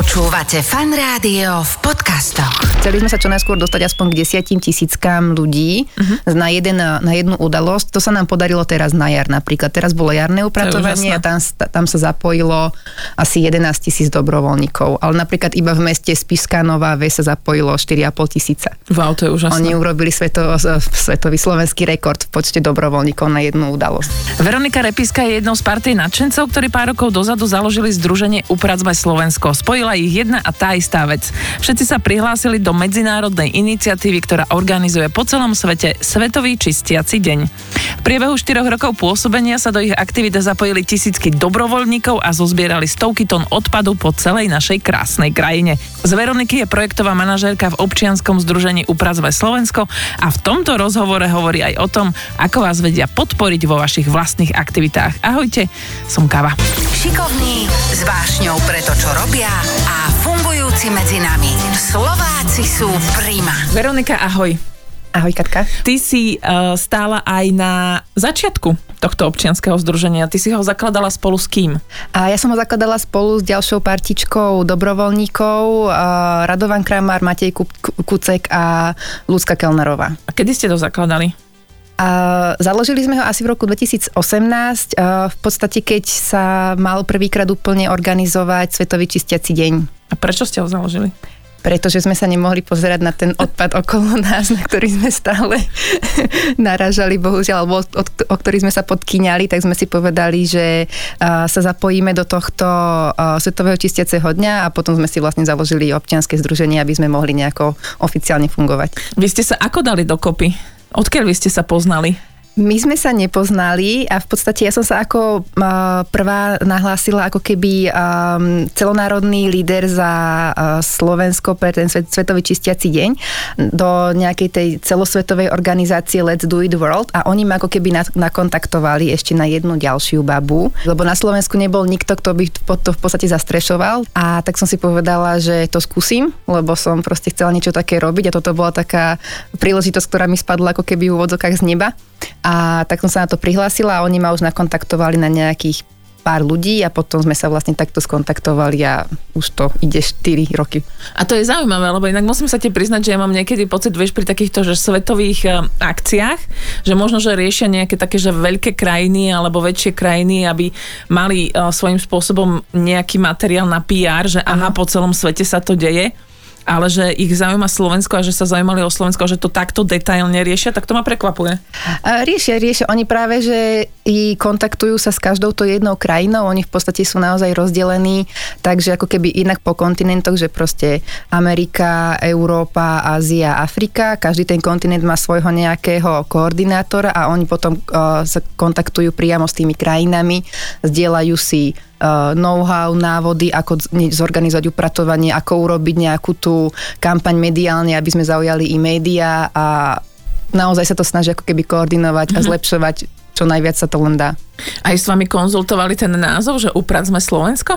Počúvate Fan Rádio v podcastoch. Chceli sme sa čo najskôr dostať aspoň k 10 000 ľudí na jednu udalosť. To sa nám podarilo teraz na jar napríklad. Teraz bolo jarné upratovanie a tam sa zapojilo asi 11 000 dobrovoľníkov. Ale napríklad iba v meste Spišská Nová Ves sa zapojilo 4 500. Wow, to je úžasné. Oni urobili svetový slovenský rekord v počte dobrovoľníkov na jednu udalosť. Veronika Repíska je jednou z party nadšencov, ktorí pár rokov dozadu založili združenie Upracme Slovensko. Spojila ich jedna a tá istá vec. Všetci sa prihlásili do medzinárodnej iniciatívy, ktorá organizuje po celom svete Svetový čistiaci deň. V priebehu 4 rokov pôsobenia sa do ich aktivít zapojili tisícky dobrovoľníkov a zozbierali stovky tón odpadu po celej našej krásnej krajine. Z Veroniky je projektová manažérka v občianskom združení Upracme Slovensko a v tomto rozhovore hovorí aj o tom, ako vás vedia podporiť vo vašich vlastných aktivitách. Ahojte, som Kava. Šikovní, s vášňou pre to, čo robia a fungujúci medzi nami. Slováci sú prima. Veronika, ahoj. Ahoj, Katka. Ty si stála aj na začiatku tohto občianskeho združenia. Ty si ho zakladala spolu s kým? Ja som ho zakladala spolu s ďalšou partičkou dobrovoľníkov, Radovan Kramár, Matej Kucek a Ľudská Kellnerová. A kedy ste to zakladali? Založili sme ho asi v roku 2018, v podstate keď sa mal prvýkrát úplne organizovať Svetový čistiaci deň. A prečo ste ho založili? Pretože sme sa nemohli pozerať na ten odpad okolo nás, na ktorý sme stále narážali, bohužiaľ, alebo o ktorý sme sa podkýňali, tak sme si povedali, že sa zapojíme do tohto Svetového čistiaceho dňa a potom sme si vlastne založili občianske združenie, aby sme mohli nejako oficiálne fungovať. Vy ste sa ako dali dokopy? Odkiaľ vy ste sa poznali? My sme sa nepoznali a v podstate ja som sa ako prvá nahlásila ako keby celonárodný líder za Slovensko pre ten Svetový čistiaci deň do nejakej tej celosvetovej organizácie Let's Do It World a oni ma ako keby nakontaktovali ešte na jednu ďalšiu babu, lebo na Slovensku nebol nikto, kto by to v podstate zastrešoval a tak som si povedala, že to skúsim, lebo som proste chcela niečo také robiť a toto bola taká príležitosť, ktorá mi spadla ako keby v úvodzokách z neba. A tak som sa na to prihlásila a oni ma už nakontaktovali na nejakých pár ľudí a potom sme sa vlastne takto skontaktovali a už to ide 4 roky. A to je zaujímavé, lebo inak musím sa ti priznať, že ja mám niekedy pocit, vieš, pri takýchto že svetových akciách, že možno, že riešia nejaké také, že veľké krajiny alebo väčšie krajiny, aby mali svojím spôsobom nejaký materiál na PR, že aha, po celom svete sa to deje. Ale že ich zaujíma Slovensko a že sa zaujímali o Slovensko a že to takto detailne riešia, tak to ma prekvapuje. Riešia. Oni práve, že kontaktujú sa s každou to jednou krajinou, oni v podstate sú naozaj rozdelení, takže ako keby inak po kontinentoch, že proste Amerika, Európa, Ázia, Afrika, každý ten kontinent má svojho nejakého koordinátora a oni potom sa kontaktujú priamo s tými krajinami, zdieľajú si know-how, návody, ako zorganizovať upratovanie, ako urobiť nejakú tú kampaň mediálne, aby sme zaujali i médiá a naozaj sa to snaží ako keby koordinovať a zlepšovať, čo najviac sa to len dá. Aj s vami konzultovali ten názov, že Upracme Slovensko?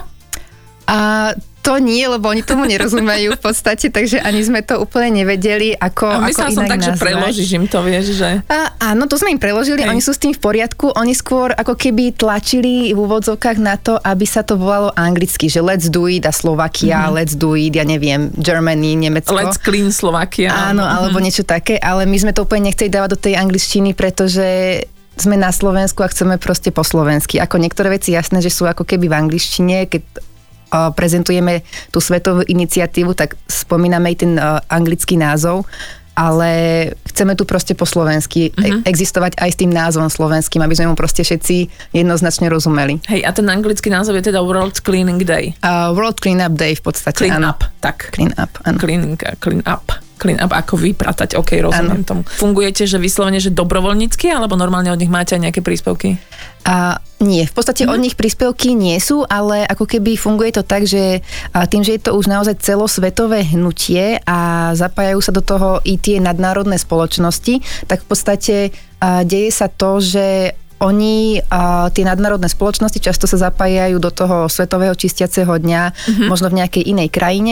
To nie, lebo oni tomu nerozumejú v podstate, takže ani sme to úplne nevedeli, ako inak nazvať. Myslela som tak, že preložíš im to, vieš, že... Áno, to sme im preložili, oni sú s tým v poriadku, oni skôr ako keby tlačili v úvodzovkách na to, aby sa to volalo anglicky, že let's do it a Slovakia, let's do it, ja neviem, Germany, Nemecko. Let's clean Slovakia. Áno, alebo niečo také, ale my sme to úplne nechceli dávať do tej angličtiny, pretože sme na Slovensku a chceme proste po slovensky. Ako niektoré veci jasné, že sú ako keby v angličtine, keď prezentujeme tú svetovú iniciatívu, tak spomíname aj ten anglický názov, ale chceme tu proste po slovensky existovať aj s tým názvom slovenským, aby sme mu proste všetci jednoznačne rozumeli. Hej, a ten anglický názov je teda World Cleaning Day. World Clean Up Day v podstate, Clean áno. up, tak. Clean up, áno. Clean up, ako vypratať, ok, rozumiem tomu. Fungujete, že vyslovene, že dobrovoľnícky, alebo normálne od nich máte aj nejaké príspevky? Nie, v podstate od nich príspevky nie sú, ale ako keby funguje to tak, že tým, že je to už naozaj celosvetové hnutie a zapájajú sa do toho i tie nadnárodné spoločnosti, tak v podstate deje sa to, že oni, tie nadnárodné spoločnosti často sa zapájajú do toho svetového čistiaceho dňa, možno v nejakej inej krajine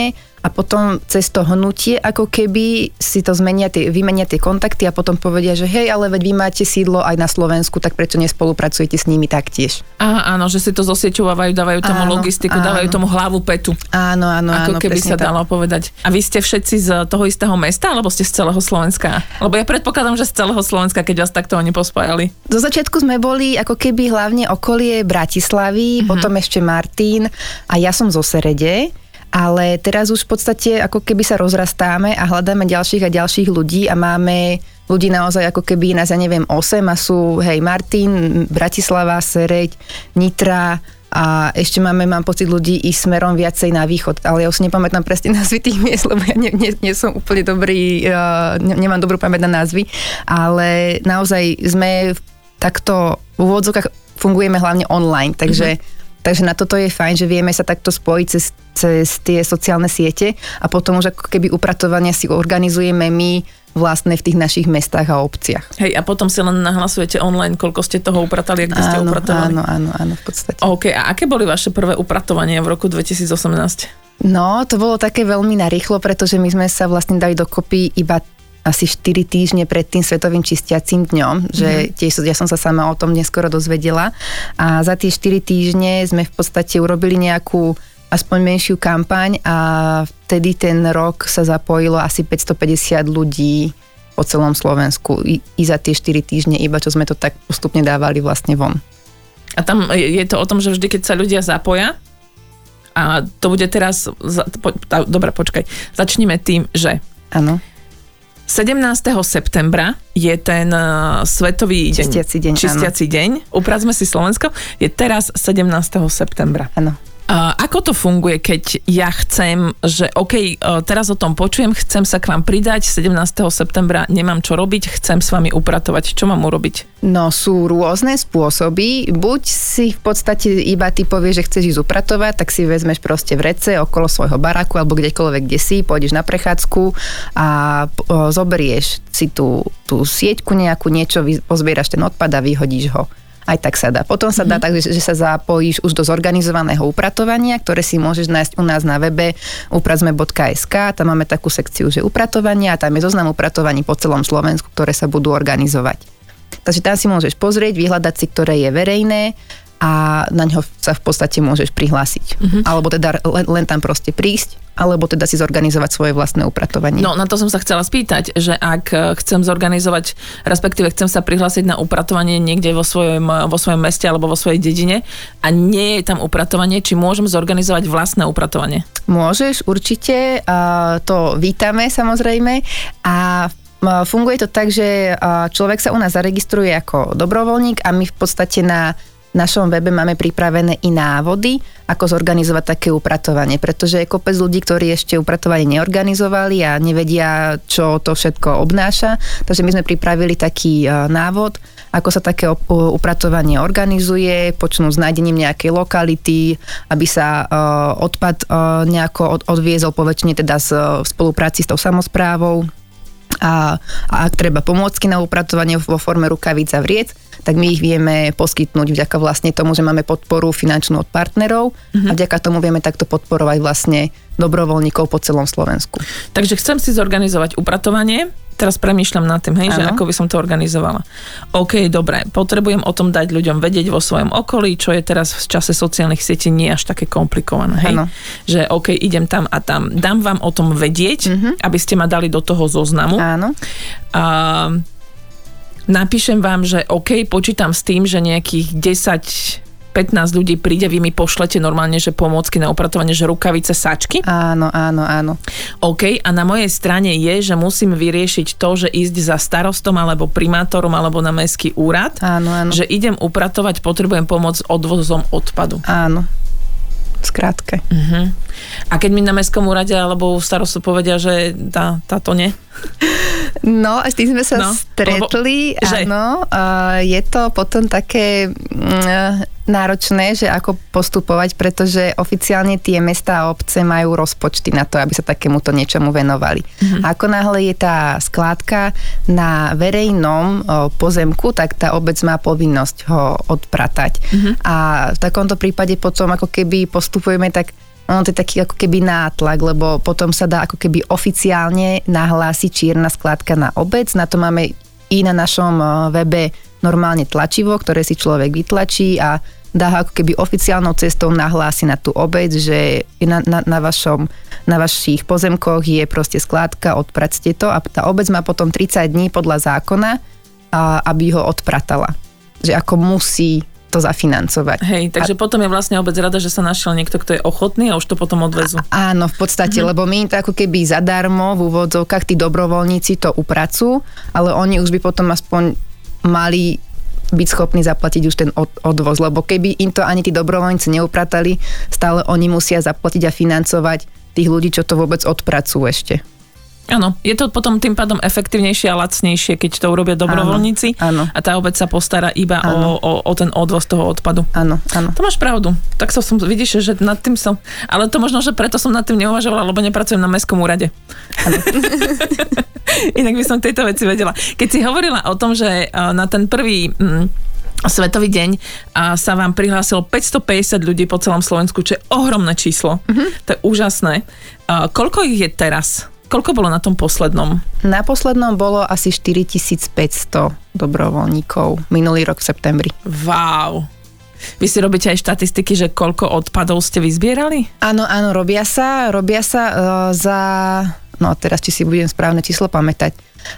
a potom cez to hnutie ako keby si to vymenia tie kontakty a potom povedia, že hej, ale veď vy máte sídlo aj na Slovensku, tak prečo nespolupracujete s nimi taktiež? Áno, že si to zosieťovávajú, dávajú tomu logistiku, dávajú tomu hlavu petu. Áno, ako keby sa dalo povedať. A vy ste všetci z toho istého mesta, alebo ste z celého Slovenska? Lebo ja predpokladám, že z celého Slovenska, keď vás takto oni pospájali. Do začiatku sme boli ako keby hlavne okolie Bratislavy, potom ešte Martin a ja som zo Serede. Ale teraz už v podstate ako keby sa rozrastáme a hľadáme ďalších a ďalších ľudí a máme ľudí naozaj ako keby nás, 8 a sú, Martin, Bratislava, Sereď, Nitra a ešte mám pocit ľudí i smerom viacej na východ, ale ja už nepamätám presne názvy tých miest, lebo ja nie som úplne dobrý, nemám dobrú pamäť na názvy, ale naozaj sme takto v úvodzokách fungujeme hlavne online, takže na toto je fajn, že vieme sa takto spojiť cez tie sociálne siete a potom už ako keby upratovania si organizujeme my vlastne v tých našich mestách a obciach. Hej, a potom si len nahlasujete online, koľko ste toho upratali a kde ste upratovali. Áno, v podstate. OK, a aké boli vaše prvé upratovania v roku 2018? No, to bolo také veľmi narýchlo, pretože my sme sa vlastne dali dokopy iba asi 4 týždne pred tým Svetovým čistiacím dňom, že tiež ja som sa sama o tom neskoro dozvedela a za tie 4 týždne sme v podstate urobili nejakú aspoň menšiu kampaň a vtedy ten rok sa zapojilo asi 550 ľudí po celom Slovensku i za tie 4 týždne, iba čo sme to tak postupne dávali vlastne von. A tam je to o tom, že vždy, keď sa ľudia zapoja, a to bude teraz, dobre, počkaj, začneme tým, že áno. 17. septembra je ten svetový čistiaci deň. Upracme si Slovensko. Je teraz 17. septembra. Áno. Ako to funguje, keď ja chcem, že OK, teraz o tom počujem, chcem sa k vám pridať, 17. septembra nemám čo robiť, chcem s vami upratovať. Čo mám urobiť? No, sú rôzne spôsoby. Buď si v podstate iba ty povieš, že chceš ísť upratovať, tak si vezmeš proste vrece okolo svojho baraku alebo kdekoľvek, kde si, pôjdeš na prechádzku a zoberieš si tú sieťku nejakú, niečo, pozbieraš ten odpad a vyhodíš ho. Aj tak sa dá. Potom sa dá tak, že sa zapojíš už do zorganizovaného upratovania, ktoré si môžeš nájsť u nás na webe upracme.sk. Tam máme takú sekciu, že upratovania a tam je zoznam upratovaní po celom Slovensku, ktoré sa budú organizovať. Takže tam si môžeš pozrieť, vyhľadať si, ktoré je verejné a na ňo sa v podstate môžeš prihlásiť. Alebo teda len tam proste prísť, alebo teda si zorganizovať svoje vlastné upratovanie. No, na to som sa chcela spýtať, že ak chcem zorganizovať, respektíve chcem sa prihlásiť na upratovanie niekde vo svojom meste alebo vo svojej dedine a nie je tam upratovanie, či môžem zorganizovať vlastné upratovanie? Môžeš, určite. To vítame samozrejme a funguje to tak, že človek sa u nás zaregistruje ako dobrovoľník a my v podstate na našom webe máme pripravené i návody, ako zorganizovať také upratovanie, pretože je kopec ľudí, ktorí ešte upratovanie neorganizovali a nevedia, čo to všetko obnáša. Takže my sme pripravili taký návod, ako sa také upratovanie organizuje, počnú s nájdením nejakej lokality, aby sa odpad nejako odviezol poväčšine teda v spolupráci s tou samosprávou. A ak treba pomôcky na upratovanie vo forme rukavíc a vriec, tak my ich vieme poskytnúť vďaka vlastne tomu, že máme podporu finančnú od partnerov a vďaka tomu vieme takto podporovať vlastne dobrovoľníkov po celom Slovensku. Takže chcem si zorganizovať upratovanie, teraz premýšľam nad tým, že ako by som to organizovala. OK, dobre, potrebujem o tom dať ľuďom vedieť vo svojom okolí, čo je teraz v čase sociálnych sietí nie až také komplikované, hej? Že OK, idem tam a tam. Dám vám o tom vedieť, aby ste ma dali do toho zoznamu. Áno. Napíšem vám, že OK, počítam s tým, že nejakých 10-15 ľudí príde, vy mi pošlete normálne, že pomôcky na upratovanie, že rukavice, sačky. Áno. OK, a na mojej strane je, že musím vyriešiť to, že ísť za starostom alebo primátorom alebo na mestský úrad. Áno. Že idem upratovať, potrebujem pomoc s odvozom odpadu. Áno. Skrátke. A keď mi na mestskom úrade alebo starostu povedia, že táto nie? No, a s tým sme sa stretli, áno. Je to potom také náročné, že ako postupovať, pretože oficiálne tie mestá a obce majú rozpočty na to, aby sa takémuto niečomu venovali. Ako náhle je tá skládka na verejnom pozemku, tak tá obec má povinnosť ho odpratať. A v takomto prípade potom ako keby postupujeme tak ono to je taký ako keby nátlak, lebo potom sa dá ako keby oficiálne nahlásiť čierna skládka na obec. Na to máme i na našom webe normálne tlačivo, ktoré si človek vytlačí a dá ho ako keby oficiálnou cestou nahlási na tú obec, že na vašich pozemkoch je proste skládka, odpracte to a tá obec má potom 30 dní podľa zákona, aby ho odpratala. Že ako musí to zafinancovať. Hej, takže potom je vlastne obec rada, že sa našiel niekto, kto je ochotný a už to potom odvezú. Áno, v podstate, lebo my im to ako keby zadarmo v úvodzovkách tí dobrovoľníci to upracujú, ale oni už by potom aspoň mali byť schopní zaplatiť už ten odvoz, lebo keby im to ani tí dobrovoľníci neupratali, stále oni musia zaplatiť a financovať tých ľudí, čo to vôbec odpracujú ešte. Áno, je to potom tým pádom efektívnejšie a lacnejšie, keď to urobia dobrovoľníci. Áno. A tá obec sa postará iba o ten odvoz toho odpadu. Áno. To máš pravdu. Tak vidíš, že nad tým som... Ale to možno, že preto som nad tým neuvažovala, lebo nepracujem na mestskom úrade. Inak by som tejto veci vedela. Keď si hovorila o tom, že na ten prvý Svetový deň sa vám prihlásilo 550 ľudí po celom Slovensku, čo je ohromné číslo. To je úžasné. Koľko ich je teraz? Koľko bolo na tom poslednom? Na poslednom bolo asi 4500 dobrovoľníkov minulý rok v septembri. Wow. Vy si robíte aj štatistiky, že koľko odpadov ste vyzbierali? Áno, robia sa za... No teraz, či si budem správne číslo pamätať.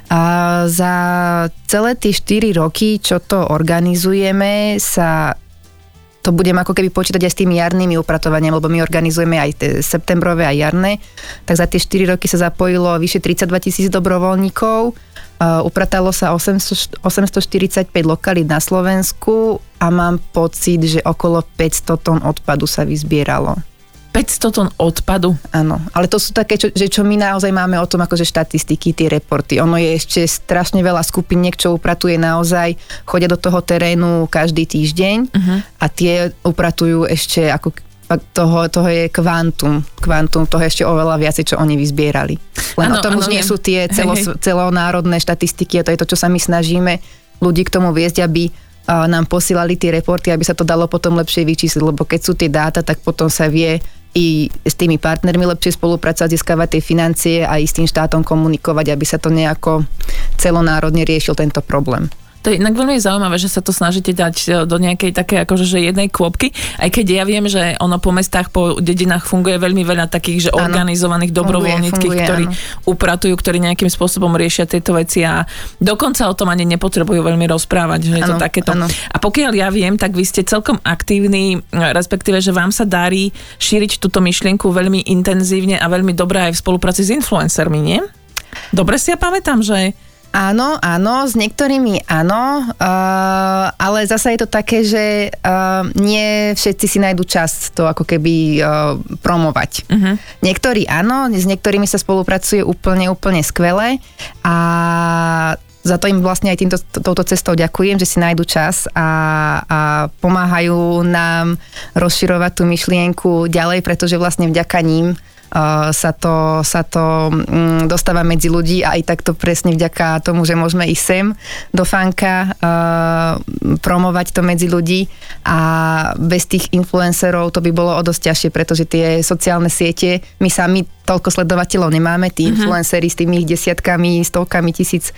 Za celé tie 4 roky, čo to organizujeme, sa... To budem ako keby počítať aj s tými jarnými upratovaniami, lebo my organizujeme aj tie septembrové a jarné. Tak za tie 4 roky sa zapojilo vyše 32 000 dobrovoľníkov. Upratalo sa 845 lokalít na Slovensku a mám pocit, že okolo 500 tón odpadu sa vyzbieralo. 500 tón odpadu? Áno, ale to sú také, čo my naozaj máme o tom akože štatistiky, tie reporty. Ono je ešte strašne veľa skupiniek, čo upratuje naozaj, chodia do toho terénu každý týždeň a tie upratujú ešte ako toho je kvantum, toho je ešte oveľa viacej, čo oni vyzbierali. Len o tom už nie sú tie celonárodné štatistiky a to je to, čo sa my snažíme ľudí k tomu viesť, aby nám posílali tie reporty, aby sa to dalo potom lepšie vyčísliť, lebo keď sú tie dáta, tak potom sa vie i s tými partnermi lepšie spolupracovať, získavať tie financie a i s tým štátom komunikovať, aby sa to nejako celonárodne riešil tento problém. To je inak veľmi zaujímavé, že sa to snažíte dať do nejakej také akože že jednej kôpky, aj keď ja viem, že ono po mestách, po dedinách funguje veľmi veľa takých, že organizovaných dobrovoľníckých, ktorí upratujú, ktorí nejakým spôsobom riešia tieto veci a dokonca o tom ani nepotrebujú veľmi rozprávať, že je to takéto. A pokiaľ ja viem, tak vy ste celkom aktívni, respektíve, že vám sa darí šíriť túto myšlienku veľmi intenzívne a veľmi dobre aj v spolupráci s influencermi, nie? Dobre si ja pamätám, že... Áno, s niektorými áno, ale zasa je to také, že nie všetci si nájdu čas to ako keby promovať. Niektorí áno, s niektorými sa spolupracuje úplne skvele a za to im vlastne aj touto cestou ďakujem, že si nájdu čas a pomáhajú nám rozširovať tú myšlienku ďalej, pretože vlastne vďaka ním sa to dostáva medzi ľudí a aj takto presne vďaka tomu, že môžeme ísť sem do Fanka, promovať to medzi ľudí a bez tých influencerov to by bolo o dosť ťažšie, pretože tie sociálne siete, my sami toľko sledovateľov nemáme, tí influenceri s tými desiatkami, stovkami tisíc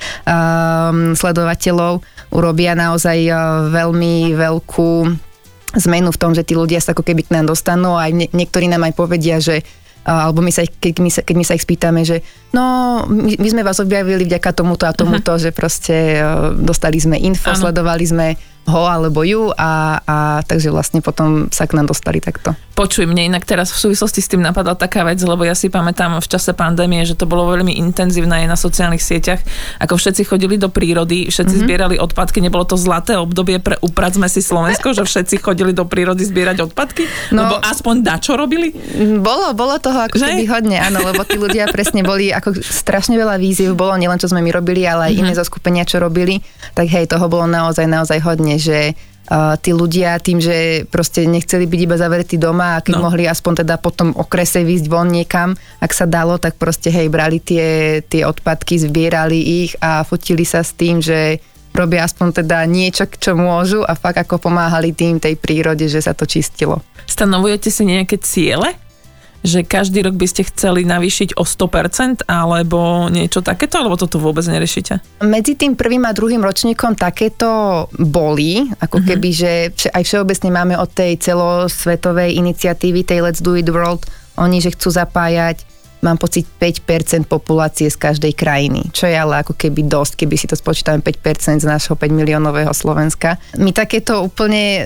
sledovateľov urobia naozaj veľmi veľkú zmenu v tom, že tí ľudia sa ako keby k nám dostanú a aj niektorí nám aj povedia, že alebo keď my sa ich spýtame, že no, my sme vás objavili vďaka tomuto a tomuto, že proste dostali sme info, sledovali sme ho alebo ju a takže vlastne potom sa k nám dostali takto. Počuj, mne inak teraz v súvislosti s tým napadla taká vec, lebo ja si pamätám v čase pandémie, že to bolo veľmi intenzívne aj na sociálnych sieťach, ako všetci chodili do prírody, všetci zbierali odpadky, nebolo to zlaté obdobie pre Upracme si Slovensko, že všetci chodili do prírody zbierať odpadky? No, lebo aspoň dačo robili? Bolo toho ako keby hodne, áno, lebo tí ľudia presne boli, ako strašne veľa víziev bolo, nielen čo sme my robili, ale aj iné zoskupenia, čo robili, tak hej, toho bolo naozaj hodne, že tí ľudia tým, že proste nechceli byť iba zavretí doma a keď mohli aspoň teda potom okrese výjsť von niekam, ak sa dalo, tak proste hej, brali tie odpadky, zbierali ich a fotili sa s tým, že robia aspoň teda niečo, čo môžu a fakt ako pomáhali tým tej prírode, že sa to čistilo. Stanovujete si nejaké ciele? že každý rok by ste chceli navýšiť o 100% alebo niečo takéto, alebo toto vôbec neriešite? Medzi tým prvým a druhým ročníkom takéto boli, ako keby, že aj všeobecne máme od tej celosvetovej iniciatívy, tej Let's Do It World, oni, že chcú zapájať, mám pocit, 5% populácie z každej krajiny, čo je ale ako keby dosť, keby si to spočítame 5% z nášho 5 miliónového Slovenska. My takéto úplne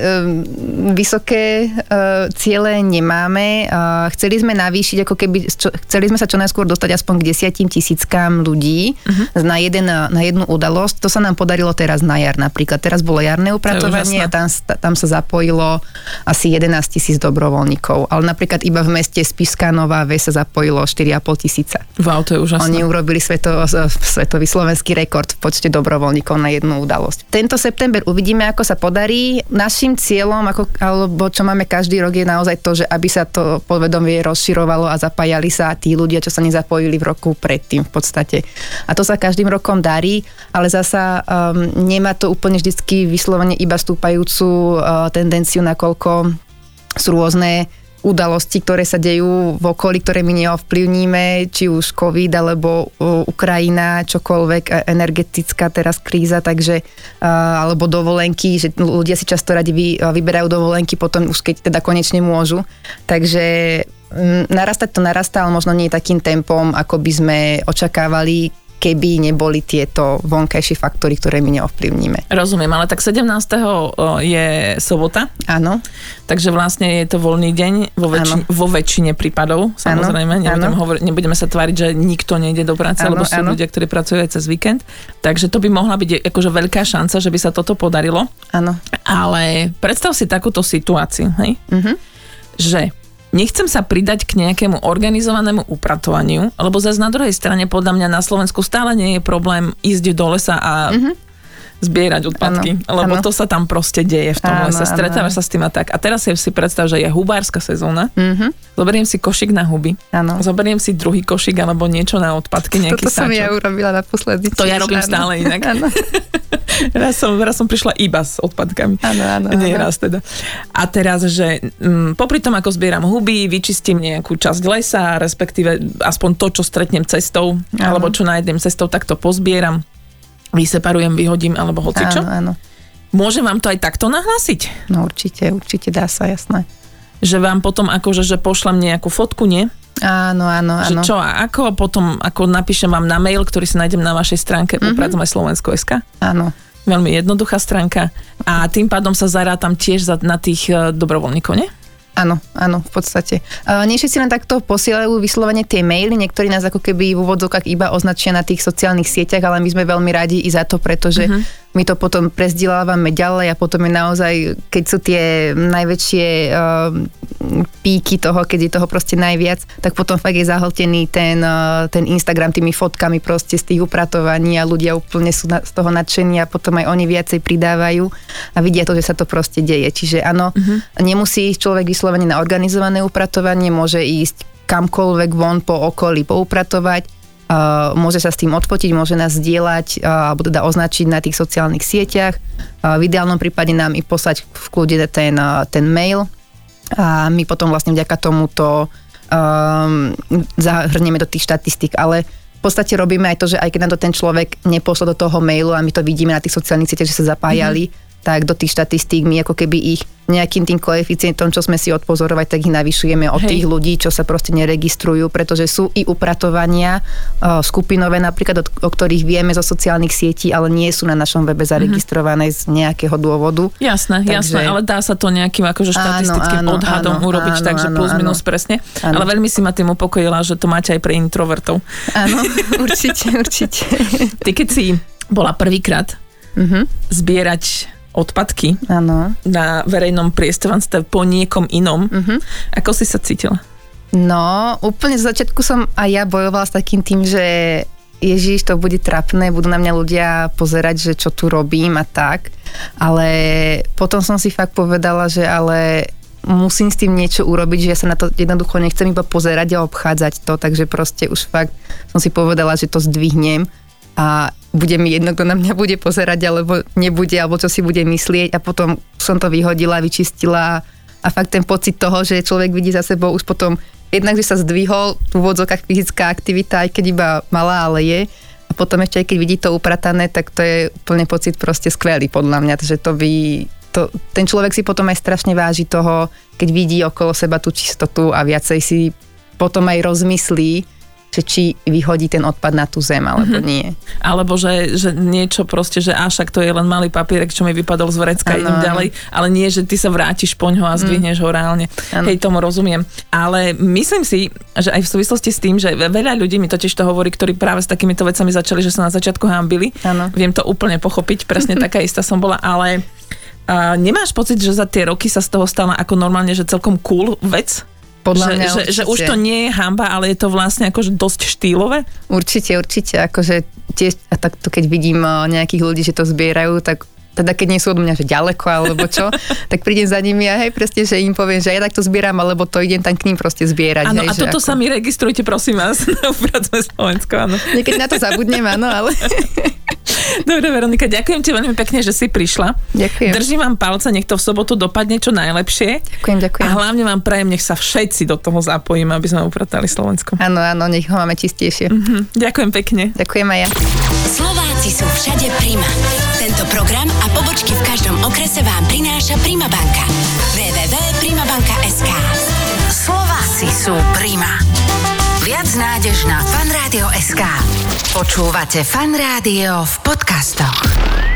vysoké ciele nemáme. Chceli sme navýšiť, ako keby, chceli sme sa čo najskôr dostať aspoň k 10 000 ľudí na jednu udalosť. To sa nám podarilo teraz na jar napríklad. Teraz bolo jarné upratovanie a tam sa zapojilo asi 11 000 dobrovoľníkov. Ale napríklad iba v meste Spišská Nová Ves sa zapojilo 4 500. Wow, to je úžasné. Oni urobili svetový slovenský rekord v počte dobrovoľníkov na jednu udalosť. Tento september uvidíme, ako sa podarí. Naším cieľom, alebo čo máme každý rok, je naozaj to, že aby sa to povedomie rozširovalo a zapájali sa tí ľudia, čo sa nezapojili v roku predtým v podstate. A to sa každým rokom darí, ale zasa nemá to úplne vždycky vyslovene iba stúpajúcu tendenciu, nakoľko sú rôzne udalosti, ktoré sa dejú v okolí, ktoré my neovplyvníme, či už COVID, alebo Ukrajina, čokoľvek, energetická teraz kríza, takže, alebo dovolenky, že ľudia si často radi vyberajú dovolenky potom už keď teda konečne môžu. Takže narastať to narastá, ale možno nie takým tempom, ako by sme očakávali, keby neboli tieto vonkajšie faktory, ktoré my neovplyvníme. Rozumiem, ale tak 17. je sobota. Áno. Takže vlastne je to voľný deň vo väčšine prípadov, samozrejme. Nebudeme sa tváriť, že nikto nejde do práce, lebo sú ľudia, ktorí pracujú aj cez víkend. Takže to by mohla byť akože veľká šanca, že by sa toto podarilo. Áno. Ale predstav si takúto situáciu, hej? Že nechcem sa pridať k nejakému organizovanému upratovaniu, lebo zase na druhej strane podľa mňa na Slovensku stále nie je problém ísť do lesa a zbierať odpadky, lebo to sa tam proste deje v tom lese. Stretávaš sa s tým a tak. A teraz si predstav, že je hubárska sezóna. Zoberiem si košík na huby. Zoberiem si druhý košík alebo niečo na odpadky, nejaký sáčok. Toto som ja urobila naposledy. To ja robím stále inak. Raz som prišla iba s odpadkami. Áno. Nie raz teda. A teraz, že popri tom, ako zbieram huby, vyčistím nejakú časť lesa, respektíve aspoň to, čo stretnem cestou, alebo čo nájdem cestou, tak to pozbieram, vyseparujem, vyhodím, alebo hocičo. Áno. Môžem vám to aj takto nahlásiť? No určite dá sa, jasné. Že vám potom akože, že pošlem nejakú fotku, nie? Áno. Že čo a ako? Potom ako napíšem vám na mail, ktorý si nájdem na vašej stránke upracomajslovensko.sk. Áno. Veľmi jednoduchá stránka a tým pádom sa zarátam tiež na tých dobrovoľníkov, nie? Áno, v podstate. Nie všetci len takto posielajú vyslovene tie maily, niektorí nás ako keby v úvodzovkách iba označia na tých sociálnych sieťach, ale my sme veľmi radi i za to, pretože my to potom prezdieľávame ďalej a potom je naozaj, keď sú tie najväčšie píky toho, keď je toho proste najviac, tak potom fakt je zahltený ten Instagram tými fotkami proste z tých upratovaní a ľudia úplne sú z toho nadšení a potom aj oni viacej pridávajú a vidia to, že sa to proste deje. Čiže áno, nemusí ísť človek vyslovene na organizované upratovanie, môže ísť kamkoľvek von po okolí poupratovať, môže sa s tým odfotiť, môže nás zdieľať alebo teda označiť na tých sociálnych sieťach. V ideálnom prípade nám i poslať v kľude ten mail a my potom vlastne vďaka tomuto zahrnieme do tých štatistík, ale v podstate robíme aj to, že aj keď nám to ten človek nepošle do toho mailu a my to vidíme na tých sociálnych sieťach, že sa zapájali, tak do tých štatistík my ako keby ich nejakým tým koeficientom, čo sme si odpozorovať, tak ich navyšujeme od tých ľudí, čo sa proste neregistrujú, pretože sú i upratovania skupinové napríklad, o ktorých vieme zo sociálnych sietí, ale nie sú na našom webe zaregistrované z nejakého dôvodu. Jasné, ale dá sa to nejakým akože štatistickým odhadom urobiť, takže plus minus presne. Áno. Ale veľmi si ma tým upokojila, že to máte aj pre introvertov. Áno, určite. Ty keď si bola prvýkrát zbierať odpadky na verejnom priestranstve po niekom inom. Ako si sa cítila? No, úplne z začiatku som aj ja bojovala s takým tým, že Ježiš, to bude trapné, budú na mňa ľudia pozerať, že čo tu robím a tak. Ale potom som si fakt povedala, že ale musím s tým niečo urobiť, že ja sa na to jednoducho nechcem iba pozerať a obchádzať to, takže proste už fakt som si povedala, že to zdvihnem a bude mi jedno, kto na mňa bude pozerať, alebo nebude, alebo čo si bude myslieť a potom som to vyhodila, vyčistila a fakt ten pocit toho, že človek vidí za sebou už potom jednak, že sa zdvihol v úvodzovkách fyzická aktivita, aj keď iba malá, ale je. A potom ešte aj keď vidí to upratané, tak to je úplne pocit proste skvelý podľa mňa, že ten človek si potom aj strašne váži toho, keď vidí okolo seba tú čistotu a viacej si potom aj rozmyslí, že či vyhodí ten odpad na tú zem, alebo nie. Alebo že niečo proste, že však to je len malý papierek, čo mi vypadol z vrecka, idem ďalej, ale nie, že ty sa vrátiš poňho a zdvihneš ho reálne. Hej, tomu rozumiem. Ale myslím si, že aj v súvislosti s tým, že veľa ľudí mi totiž to hovorí, ktorí práve s takýmito vecami začali, že sa na začiatku hanbili. Viem to úplne pochopiť, presne taká istá som bola, ale nemáš pocit, že za tie roky sa z toho stala ako normálne, že celkom cool vec? Podľa mňa že už to nie je hanba, ale je to vlastne akože dosť štýlové? Určite, akože tiež, a takto keď vidím nejakých ľudí, že to zbierajú, tak teda keď nie sú od mňa, že ďaleko alebo čo, tak prídem za nimi a hej, presne, že im poviem, že ja takto zbieram, alebo to idem tam k ním proste zbierať. Áno, hej, a toto sa mi registrujte, prosím vás, na Upracme Slovensko, áno. Niekedy na to zabudnem, áno, ale... Dobre, Veronika, ďakujem ti veľmi pekne, že si prišla. Ďakujem. Držím vám palce, nech to v sobotu dopadne čo najlepšie. Ďakujem. A hlavne vám prajem, nech sa všetci do toho zapojíme, aby sme upratali Slovensko. Áno, nech ho máme čistejšie. Ďakujem pekne. Ďakujem aj ja. Slováci sú všade Prima. Tento program a pobočky v každom okrese vám prináša Prima banka. www.primabanka.sk. Slováci sú Prima. Viac nádež na fanradio.sk. Počúvate Fan Rádio v podcastoch.